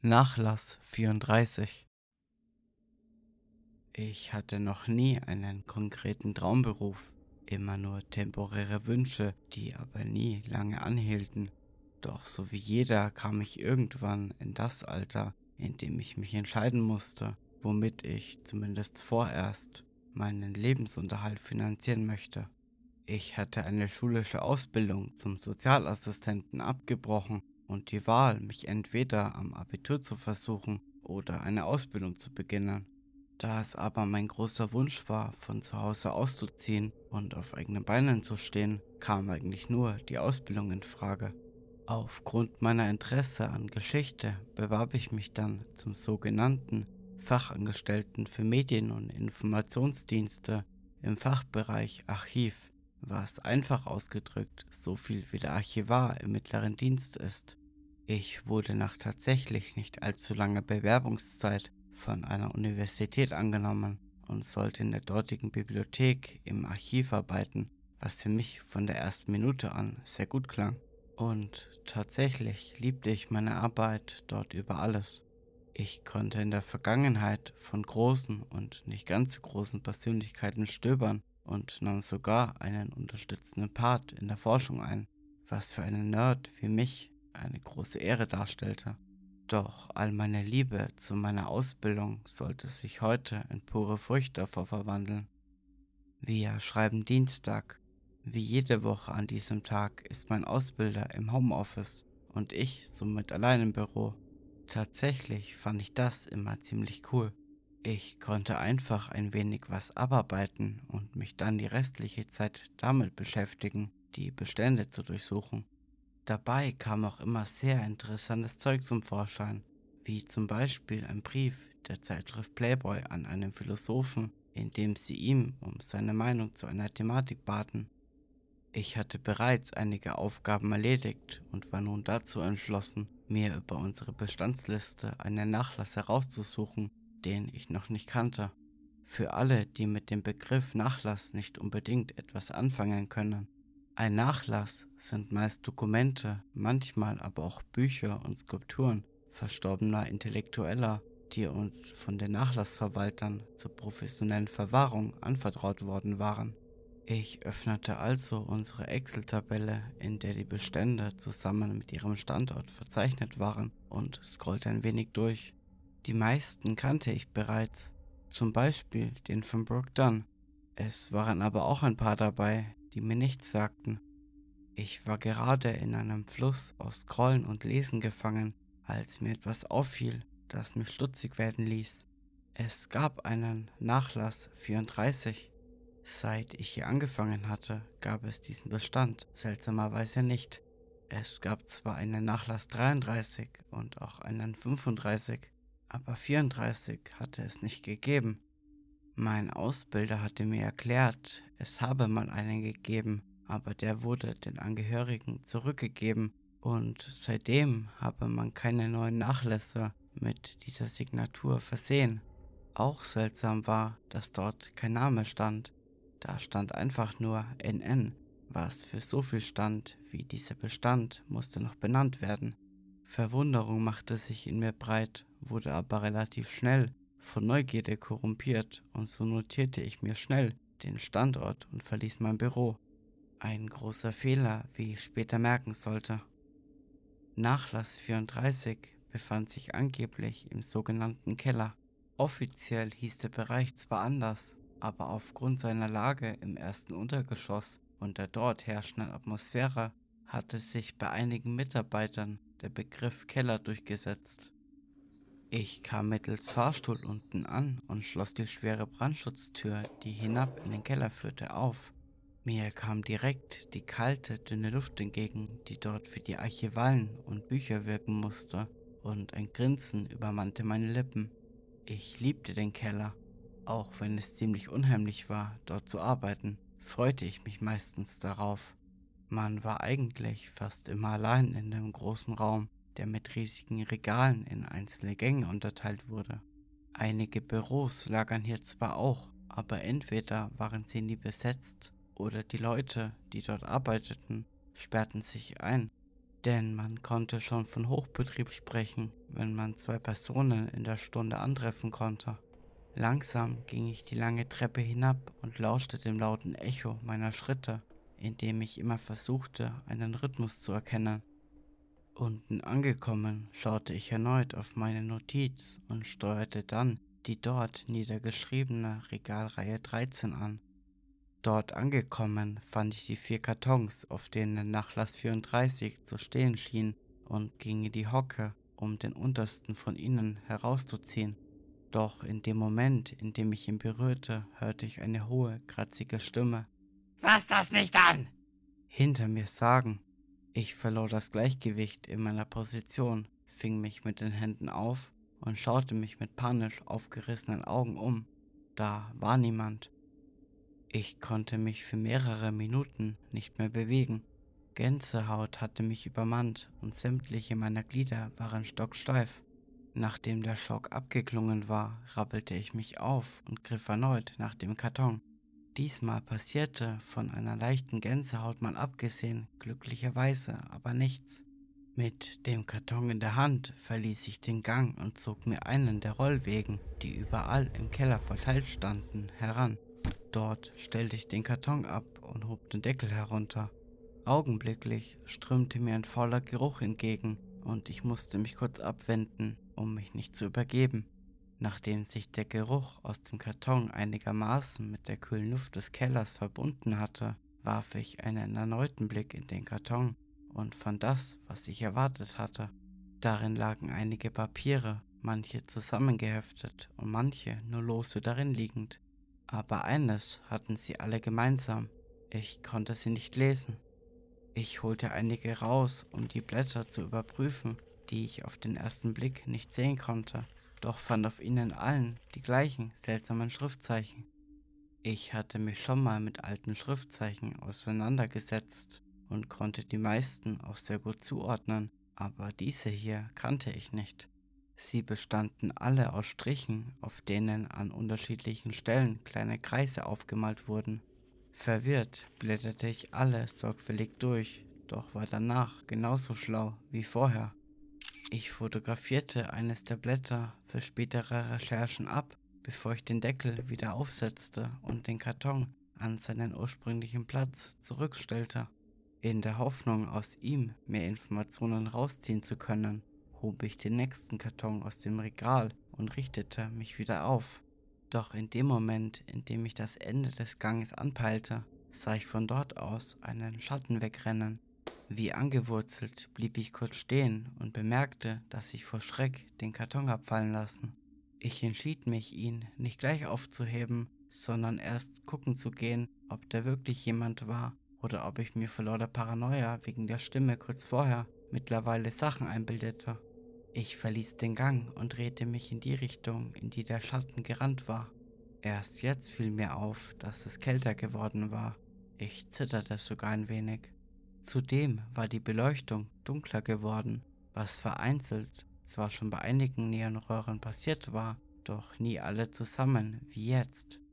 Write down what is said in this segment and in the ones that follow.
Nachlass 34. Ich hatte noch nie einen konkreten Traumberuf, immer nur temporäre Wünsche, die aber nie lange anhielten. Doch so wie jeder kam ich irgendwann in das Alter, in dem ich mich entscheiden musste, womit ich zumindest vorerst meinen Lebensunterhalt finanzieren möchte. Ich hatte eine schulische Ausbildung zum Sozialassistenten abgebrochen und die Wahl, mich entweder am Abitur zu versuchen oder eine Ausbildung zu beginnen. Da es aber mein großer Wunsch war, von zu Hause auszuziehen und auf eigenen Beinen zu stehen, kam eigentlich nur die Ausbildung in Frage. Aufgrund meiner Interesse an Geschichte bewarb ich mich dann zum sogenannten Fachangestellten für Medien- und Informationsdienste im Fachbereich Archiv, was einfach ausgedrückt so viel wie der Archivar im mittleren Dienst ist. Ich wurde nach tatsächlich nicht allzu langer Bewerbungszeit von einer Universität angenommen und sollte in der dortigen Bibliothek im Archiv arbeiten, was für mich von der ersten Minute an sehr gut klang. Und tatsächlich liebte ich meine Arbeit dort über alles. Ich konnte in der Vergangenheit von großen und nicht ganz so großen Persönlichkeiten stöbern und nahm sogar einen unterstützenden Part in der Forschung ein, was für einen Nerd wie mich eine große Ehre darstellte. Doch all meine Liebe zu meiner Ausbildung sollte sich heute in pure Furcht davor verwandeln. Wir schreiben Dienstag. Wie jede Woche an diesem Tag ist mein Ausbilder im Homeoffice und ich somit allein im Büro. Tatsächlich fand ich das immer ziemlich cool. Ich konnte einfach ein wenig was abarbeiten und mich dann die restliche Zeit damit beschäftigen, die Bestände zu durchsuchen. Dabei kam auch immer sehr interessantes Zeug zum Vorschein, wie zum Beispiel ein Brief der Zeitschrift Playboy an einen Philosophen, in dem sie ihm um seine Meinung zu einer Thematik baten. Ich hatte bereits einige Aufgaben erledigt und war nun dazu entschlossen, mir über unsere Bestandsliste einen Nachlass herauszusuchen, den ich noch nicht kannte. Für alle, die mit dem Begriff Nachlass nicht unbedingt etwas anfangen können. Ein Nachlass sind meist Dokumente, manchmal aber auch Bücher und Skulpturen verstorbener Intellektueller, die uns von den Nachlassverwaltern zur professionellen Verwahrung anvertraut worden waren. Ich öffnete also unsere Excel-Tabelle, in der die Bestände zusammen mit ihrem Standort verzeichnet waren, und scrollte ein wenig durch. Die meisten kannte ich bereits, zum Beispiel den von Brooke Dunn. Es waren aber auch ein paar dabei, die mir nichts sagten. Ich war gerade in einem Fluss aus Scrollen und Lesen gefangen, als mir etwas auffiel, das mich stutzig werden ließ. Es gab einen Nachlass 34. Seit ich hier angefangen hatte, gab es diesen Bestand seltsamerweise nicht. Es gab zwar einen Nachlass 33 und auch einen 35, aber 34 hatte es nicht gegeben. Mein Ausbilder hatte mir erklärt, es habe mal einen gegeben, aber der wurde den Angehörigen zurückgegeben und seitdem habe man keine neuen Nachlässe mit dieser Signatur versehen. Auch seltsam war, dass dort kein Name stand. Da stand einfach nur NN, was für so viel stand wie dieser Bestand musste noch benannt werden. Verwunderung machte sich in mir breit, wurde aber relativ schnell von Neugierde korrumpiert und so notierte ich mir schnell den Standort und verließ mein Büro. Ein großer Fehler, wie ich später merken sollte. Nachlass 34 befand sich angeblich im sogenannten Keller. Offiziell hieß der Bereich zwar anders, aber aufgrund seiner Lage im ersten Untergeschoss und der dort herrschenden Atmosphäre hatte sich bei einigen Mitarbeitern der Begriff Keller durchgesetzt. Ich kam mittels Fahrstuhl unten an und schloss die schwere Brandschutztür, die hinab in den Keller führte, auf. Mir kam direkt die kalte, dünne Luft entgegen, die dort für die Archivalen und Bücher wirken musste, und ein Grinsen übermannte meine Lippen. Ich liebte den Keller. Auch wenn es ziemlich unheimlich war, dort zu arbeiten, freute ich mich meistens darauf. Man war eigentlich fast immer allein in dem großen Raum, der mit riesigen Regalen in einzelne Gänge unterteilt wurde. Einige Büros lagern hier zwar auch, aber entweder waren sie nie besetzt oder die Leute, die dort arbeiteten, sperrten sich ein, denn man konnte schon von Hochbetrieb sprechen, wenn man zwei Personen in der Stunde antreffen konnte. Langsam ging ich die lange Treppe hinab und lauschte dem lauten Echo meiner Schritte, indem ich immer versuchte, einen Rhythmus zu erkennen. Unten angekommen, schaute ich erneut auf meine Notiz und steuerte dann die dort niedergeschriebene Regalreihe 13 an. Dort angekommen, fand ich die 4 Kartons, auf denen Nachlass 34 zu stehen schien, und ging in die Hocke, um den untersten von ihnen herauszuziehen. Doch in dem Moment, in dem ich ihn berührte, hörte ich eine hohe, kratzige Stimme „Fass das nicht an!“ hinter mir sagen. Ich verlor das Gleichgewicht in meiner Position, fing mich mit den Händen auf und schaute mich mit panisch aufgerissenen Augen um. Da war niemand. Ich konnte mich für mehrere Minuten nicht mehr bewegen. Gänsehaut hatte mich übermannt und sämtliche meiner Glieder waren stocksteif. Nachdem der Schock abgeklungen war, rappelte ich mich auf und griff erneut nach dem Karton. Diesmal passierte, von einer leichten Gänsehaut mal abgesehen, glücklicherweise aber nichts. Mit dem Karton in der Hand verließ ich den Gang und zog mir einen der Rollwegen, die überall im Keller verteilt standen, heran. Dort stellte ich den Karton ab und hob den Deckel herunter. Augenblicklich strömte mir ein fauler Geruch entgegen und ich musste mich kurz abwenden, um mich nicht zu übergeben. Nachdem sich der Geruch aus dem Karton einigermaßen mit der kühlen Luft des Kellers verbunden hatte, warf ich einen erneuten Blick in den Karton und fand das, was ich erwartet hatte. Darin lagen einige Papiere, manche zusammengeheftet und manche nur lose darin liegend. Aber eines hatten sie alle gemeinsam: ich konnte sie nicht lesen. Ich holte einige raus, um die Blätter zu überprüfen, die ich auf den ersten Blick nicht sehen konnte, doch fand auf ihnen allen die gleichen seltsamen Schriftzeichen. Ich hatte mich schon mal mit alten Schriftzeichen auseinandergesetzt und konnte die meisten auch sehr gut zuordnen, aber diese hier kannte ich nicht. Sie bestanden alle aus Strichen, auf denen an unterschiedlichen Stellen kleine Kreise aufgemalt wurden. Verwirrt blätterte ich alle sorgfältig durch, doch war danach genauso schlau wie vorher. Ich fotografierte eines der Blätter für spätere Recherchen ab, bevor ich den Deckel wieder aufsetzte und den Karton an seinen ursprünglichen Platz zurückstellte. In der Hoffnung, aus ihm mehr Informationen rausziehen zu können, hob ich den nächsten Karton aus dem Regal und richtete mich wieder auf. Doch in dem Moment, in dem ich das Ende des Ganges anpeilte, sah ich von dort aus einen Schatten wegrennen. Wie angewurzelt blieb ich kurz stehen und bemerkte, dass ich vor Schreck den Karton abfallen lassen. Ich entschied mich, ihn nicht gleich aufzuheben, sondern erst gucken zu gehen, ob da wirklich jemand war oder ob ich mir vor lauter Paranoia wegen der Stimme kurz vorher mittlerweile Sachen einbildete. Ich verließ den Gang und drehte mich in die Richtung, in die der Schatten gerannt war. Erst jetzt fiel mir auf, dass es kälter geworden war. Ich zitterte sogar ein wenig. Zudem war die Beleuchtung dunkler geworden, was vereinzelt zwar schon bei einigen Neonröhren passiert war, doch nie alle zusammen wie jetzt.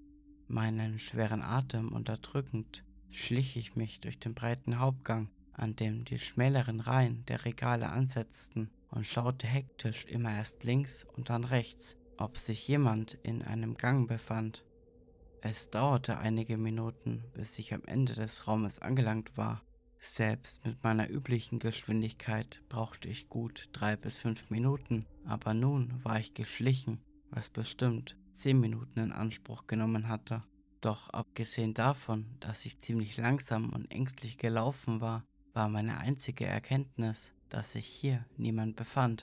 Meinen schweren Atem unterdrückend schlich ich mich durch den breiten Hauptgang, an dem die schmäleren Reihen der Regale ansetzten, und schaute hektisch immer erst links und dann rechts, ob sich jemand in einem Gang befand. Es dauerte einige Minuten, bis ich am Ende des Raumes angelangt war. Selbst mit meiner üblichen Geschwindigkeit brauchte ich gut 3 bis 5 Minuten, aber nun war ich geschlichen, was bestimmt 10 Minuten in Anspruch genommen hatte. Doch abgesehen davon, dass ich ziemlich langsam und ängstlich gelaufen war, war meine einzige Erkenntnis, dass sich hier niemand befand.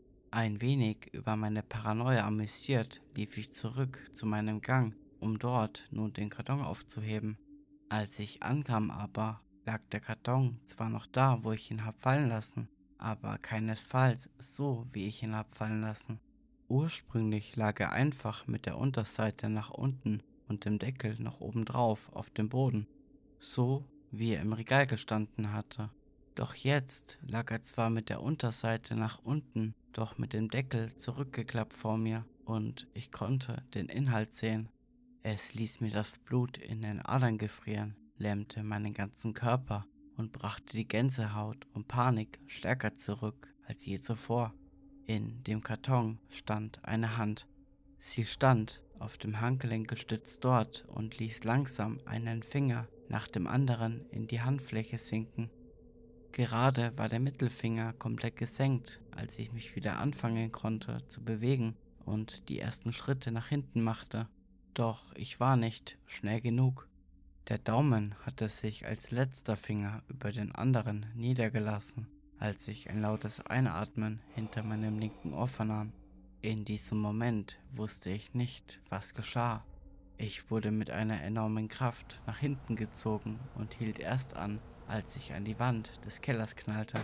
Ein wenig über meine Paranoia amüsiert, lief ich zurück zu meinem Gang, um dort nun den Karton aufzuheben. Als ich ankam aber, lag der Karton zwar noch da, wo ich ihn hab fallen lassen, aber keinesfalls so, wie ich ihn hab fallen lassen. Ursprünglich lag er einfach mit der Unterseite nach unten und dem Deckel noch oben drauf auf dem Boden, so wie er im Regal gestanden hatte. Doch jetzt lag er zwar mit der Unterseite nach unten, doch mit dem Deckel zurückgeklappt vor mir und ich konnte den Inhalt sehen. Es ließ mir das Blut in den Adern gefrieren, lähmte meinen ganzen Körper und brachte die Gänsehaut und Panik stärker zurück als je zuvor. In dem Karton stand eine Hand. Sie stand auf dem Handgelenk gestützt dort und ließ langsam einen Finger nach dem anderen in die Handfläche sinken. Gerade war der Mittelfinger komplett gesenkt, als ich mich wieder anfangen konnte zu bewegen und die ersten Schritte nach hinten machte. Doch ich war nicht schnell genug. Der Daumen hatte sich als letzter Finger über den anderen niedergelassen, als ich ein lautes Einatmen hinter meinem linken Ohr vernahm. In diesem Moment wusste ich nicht, was geschah. Ich wurde mit einer enormen Kraft nach hinten gezogen und hielt erst an, als ich an die Wand des Kellers knallte.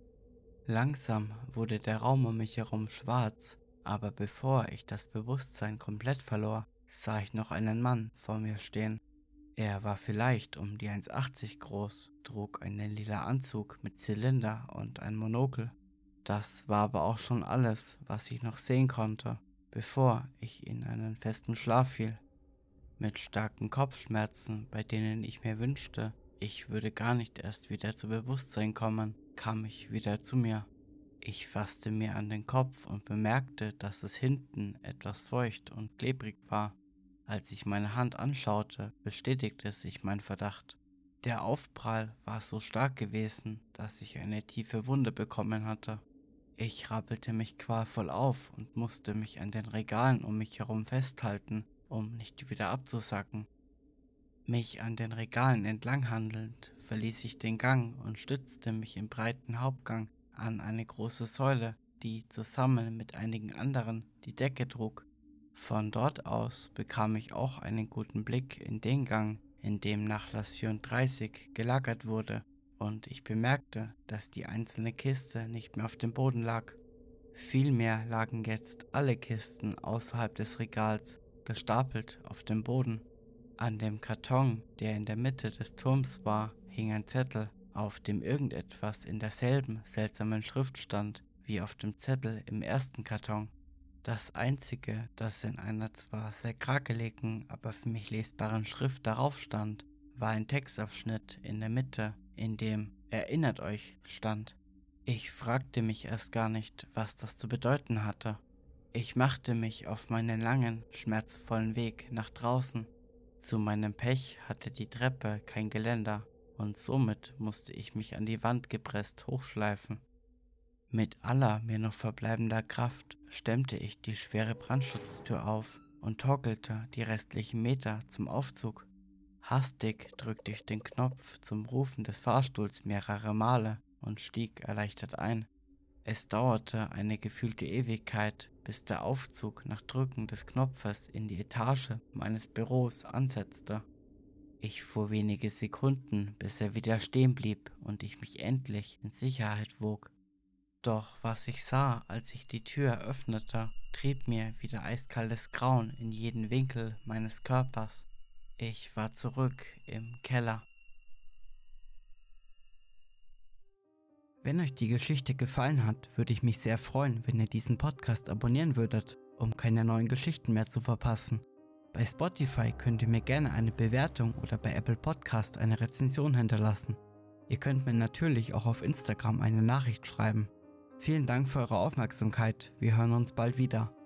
Langsam wurde der Raum um mich herum schwarz, aber bevor ich das Bewusstsein komplett verlor, sah ich noch einen Mann vor mir stehen. Er war vielleicht um die 1,80 groß, trug einen lila Anzug mit Zylinder und ein Monokel. Das war aber auch schon alles, was ich noch sehen konnte, bevor ich in einen festen Schlaf fiel. Mit starken Kopfschmerzen, bei denen ich mir wünschte, ich würde gar nicht erst wieder zu Bewusstsein kommen, kam ich wieder zu mir. Ich fasste mir an den Kopf und bemerkte, dass es hinten etwas feucht und klebrig war. Als ich meine Hand anschaute, bestätigte sich mein Verdacht. Der Aufprall war so stark gewesen, dass ich eine tiefe Wunde bekommen hatte. Ich rappelte mich qualvoll auf und musste mich an den Regalen um mich herum festhalten, um nicht wieder abzusacken. Mich an den Regalen entlang handelnd, verließ ich den Gang und stützte mich im breiten Hauptgang an eine große Säule, die zusammen mit einigen anderen die Decke trug. Von dort aus bekam ich auch einen guten Blick in den Gang, in dem Nachlass 34 gelagert wurde, und ich bemerkte, dass die einzelne Kiste nicht mehr auf dem Boden lag. Vielmehr lagen jetzt alle Kisten außerhalb des Regals, gestapelt auf dem Boden. An dem Karton, der in der Mitte des Turms war, hing ein Zettel, auf dem irgendetwas in derselben seltsamen Schrift stand, wie auf dem Zettel im ersten Karton. Das Einzige, das in einer zwar sehr krakeligen, aber für mich lesbaren Schrift darauf stand, war ein Textabschnitt in der Mitte, in dem "Erinnert euch" stand. Ich fragte mich erst gar nicht, was das zu bedeuten hatte. Ich machte mich auf meinen langen, schmerzvollen Weg nach draußen. Zu meinem Pech hatte die Treppe kein Geländer und somit musste ich mich an die Wand gepresst hochschleifen. Mit aller mir noch verbleibender Kraft stemmte ich die schwere Brandschutztür auf und torkelte die restlichen Meter zum Aufzug. Hastig drückte ich den Knopf zum Rufen des Fahrstuhls mehrere Male und stieg erleichtert ein. Es dauerte eine gefühlte Ewigkeit, bis der Aufzug nach Drücken des Knopfes in die Etage meines Büros ansetzte. Ich fuhr wenige Sekunden, bis er wieder stehen blieb und ich mich endlich in Sicherheit wog. Doch was ich sah, als ich die Tür öffnete, trieb mir wieder eiskaltes Grauen in jeden Winkel meines Körpers. Ich war zurück im Keller. Wenn euch die Geschichte gefallen hat, würde ich mich sehr freuen, wenn ihr diesen Podcast abonnieren würdet, um keine neuen Geschichten mehr zu verpassen. Bei Spotify könnt ihr mir gerne eine Bewertung oder bei Apple Podcast eine Rezension hinterlassen. Ihr könnt mir natürlich auch auf Instagram eine Nachricht schreiben. Vielen Dank für eure Aufmerksamkeit. Wir hören uns bald wieder.